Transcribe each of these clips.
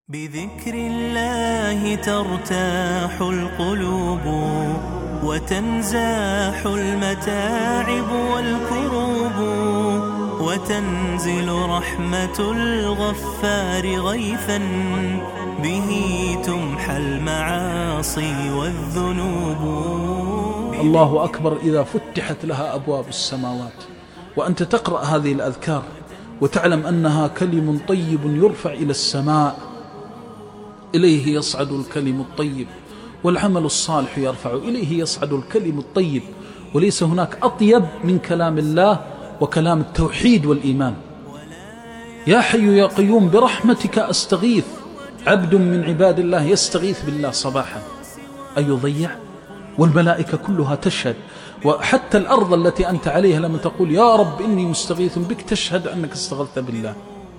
بذكر الله ترتاح القلوب وتنزاح المتاعب والكروب وتنزل رحمة الغفار غيثا به تمحى المعاصي والذنوب. الله أكبر إذا فتحت لها أبواب السماوات وأنت تقرأ هذه الأذكار وتعلم أنها كلم طيب يرفع إلى السماء، إليه يصعد الكلم الطيب والعمل الصالح يرفع إليه يصعد الكلم الطيب، وليس هناك أطيب من كلام الله وكلام التوحيد والإيمان. يا حي يا قيوم برحمتك أستغيث. عبد من عباد الله يستغيث بالله صباحا أيضيع؟ والملائكة كلها تشهد، وحتى الأرض التي أنت عليها لما تقول يا رب إني مستغيث بك تشهد أنك استغثت بالله.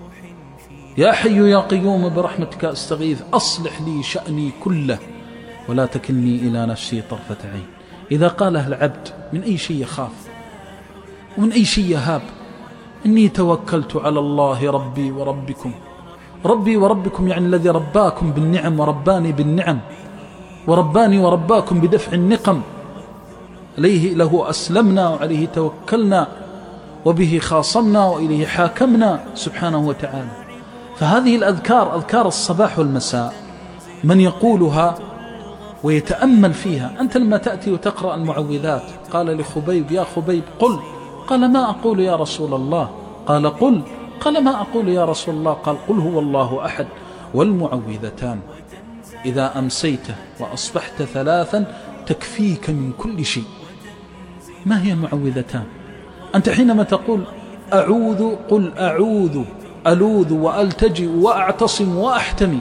يا حي يا قيوم برحمتك أستغيث أصلح لي شأني كله ولا تكلني إلى نفسي طرفة عين. إذا قاله العبد من أي شيء يخاف ومن أي شيء يهاب. إني توكلت على الله ربي وربكم. ربي وربكم يعني الذي رباكم بالنعم ورباني بالنعم ورباني ورباكم بدفع النقم. عليه له أسلمنا وعليه توكلنا وبه خاصمنا وإليه حاكمنا سبحانه وتعالى. فهذه الأذكار أذكار الصباح والمساء من يقولها ويتأمل فيها. أنت لما تأتي وتقرأ المعوذات قال لخبيب يا خبيب قل، قال ما أقول يا رسول الله، قال قل، قال ما أقول يا رسول الله، قال قل هو الله أحد والمعوذتان إذا أمسيت وأصبحت ثلاثا تكفيك من كل شيء. ما هي المعوذتان؟ أنت حينما تقول أعوذ قل أعوذ ألوذ وألتجئ وأعتصم وأحتمي،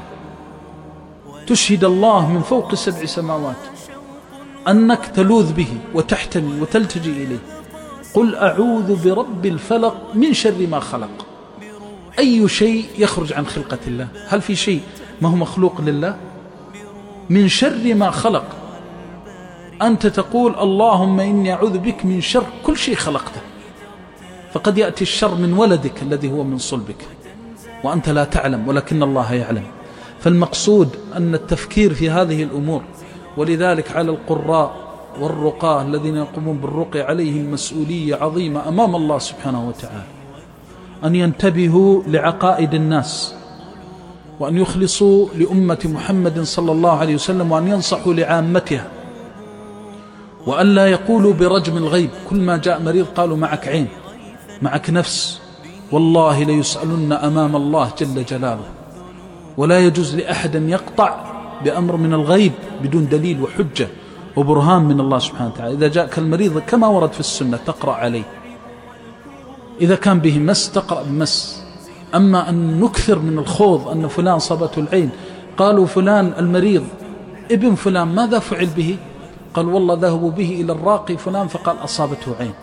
تشهد الله من فوق 7 سماوات أنك تلوذ به وتحتمي وتلتجئ إليه. قل أعوذ برب الفلق من شر ما خلق. أي شيء يخرج عن خلقة الله؟ هل في شيء ما هو مخلوق لله؟ من شر ما خلق. أنت تقول اللهم إني أعوذ بك من شر كل شيء خلقته، فقد يأتي الشر من ولدك الذي هو من صلبك وأنت لا تعلم ولكن الله يعلم. فالمقصود أن التفكير في هذه الأمور، ولذلك على القراء والرقاة الذين يقومون بالرقي عليهم مسؤولية عظيمة أمام الله سبحانه وتعالى، أن ينتبهوا لعقائد الناس وأن يخلصوا لأمة محمد صلى الله عليه وسلم وأن ينصحوا لعامتها، وأن لا يقولوا برجم الغيب. كل ما جاء مريض قالوا معك عين معك نفس. والله ليسألن أمام الله جل جلاله، ولا يجوز لأحد أن يقطع بأمر من الغيب بدون دليل وحجة وبرهان من الله سبحانه وتعالى. إذا جاءك المريض كما ورد في السنة تقرأ عليه، إذا كان به مس تقرأ بمس. أما أن نكثر من الخوض أن فلان صابته العين، قالوا فلان المريض ابن فلان ماذا فعل به؟ قال والله ذهبوا به إلى الراقي فلان فقال أصابته عين.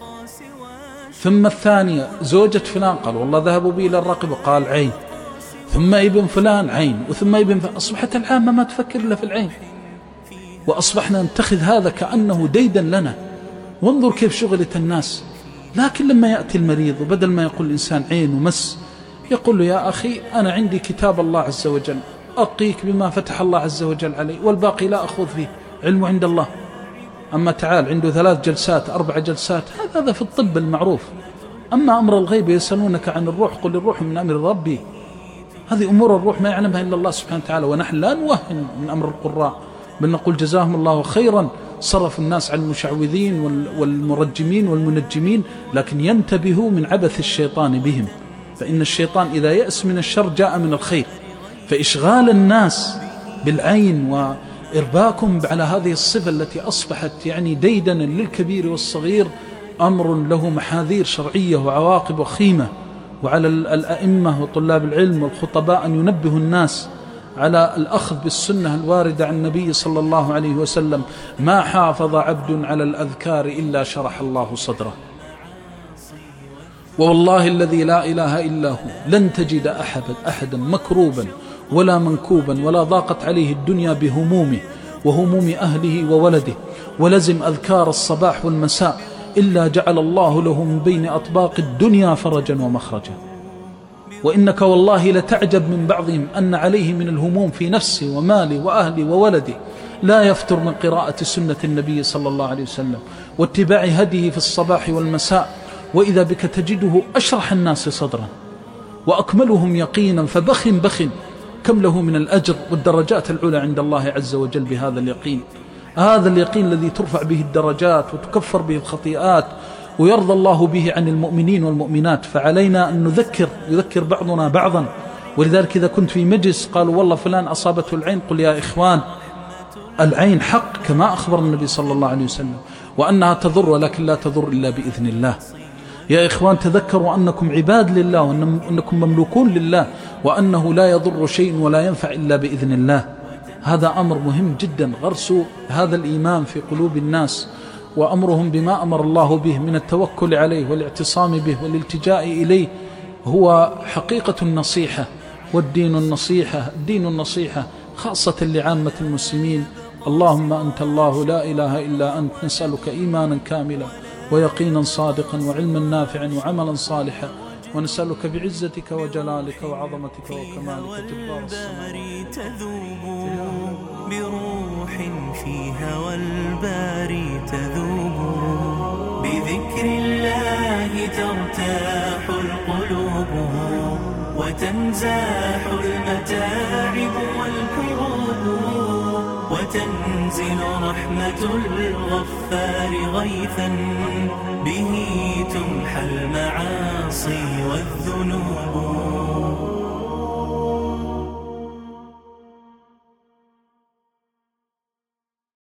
ثم الثانية زوجة فلان قال والله ذهبوا به إلى الراقي وقال عين. ثم ابن فلان عين، وثم ابن فلان. أصبحت العامة ما تفكر إلا في العين، وأصبحنا نتخذ هذا كأنه ديدا لنا. وانظر كيف شغلت الناس. لكن لما يأتي المريض وبدل ما يقول الإنسان عين ومس يقول له يا أخي أنا عندي كتاب الله عز وجل أقيك بما فتح الله عز وجل علي والباقي لا أخذ فيه، علمه عند الله. أما تعال عنده 3 جلسات 4 جلسات هذا في الطب المعروف. أما أمر الغيب يسألونك عن الروح قل الروح من أمر ربي. هذه أمور الروح ما يعلمها إلا الله سبحانه وتعالى. ونحن لا نوهن من أمر القراء بل نقول جزاهم الله خيرا، صرف الناس عن المشعوذين والمرجمين والمنجمين، لكن ينتبهوا من عبث الشيطان بهم، فإن الشيطان إذا يأس من الشر جاء من الخير. فإشغال الناس بالعين وإرباكم على هذه الصفة التي أصبحت يعني ديدنا للكبير والصغير أمر له محاذير شرعية وعواقب وخيمة. وعلى الأئمة وطلاب العلم والخطباء أن ينبهوا الناس على الأخذ بالسنة الواردة عن النبي صلى الله عليه وسلم. ما حافظ عبد على الأذكار إلا شرح الله صدره. والله الذي لا إله إلا هو لن تجد أحدا مكروبا ولا منكوبا ولا ضاقت عليه الدنيا بهمومه وهموم أهله وولده ولزم أذكار الصباح والمساء إلا جعل الله له من بين أطباق الدنيا فرجا ومخرجا. وإنك والله لتعجب من بعضهم أن عليه من الهموم في نفسي ومالي وأهلي وولدي لا يفتر من قراءة سنة النبي صلى الله عليه وسلم واتباع هديه في الصباح والمساء، وإذا بك تجده أشرح الناس صدرا وأكملهم يقينا، فبخ كم له من الأجر والدرجات العلى عند الله عز وجل بهذا اليقين. هذا اليقين الذي ترفع به الدرجات وتكفر به الخطيئات ويرضى الله به عن المؤمنين والمؤمنات. فعلينا أن يذكر بعضنا بعضا. ولذلك إذا كنت في مجلس قالوا والله فلان أصابته العين، قل يا إخوان العين حق كما أخبر النبي صلى الله عليه وسلم، وأنها تضر ولكن لا تضر إلا بإذن الله. يا إخوان تذكروا أنكم عباد لله وأنكم مملوكون لله، وأنه لا يضر شيء ولا ينفع إلا بإذن الله. هذا أمر مهم جدا، غرس هذا الإيمان في قلوب الناس وأمرهم بما أمر الله به من التوكل عليه والاعتصام به والالتجاء إليه هو حقيقة النصيحة والدين النصيحة خاصة لعامة المسلمين. اللهم أنت الله لا إله إلا أنت، نسألك إيمانا كاملا ويقينا صادقا وعلما نافعا وعملا صالحا، ونسألك بعزتك وجلالك وعظمتك وكمالك جبار السماوات تذوب بروح فيها والباري تذوب، بذكر الله ترتاح القلوب وتنزاح المتاعب والكروب، وتنزل رحمة الغفار غيثا به تمحى المعاصي والذنوب.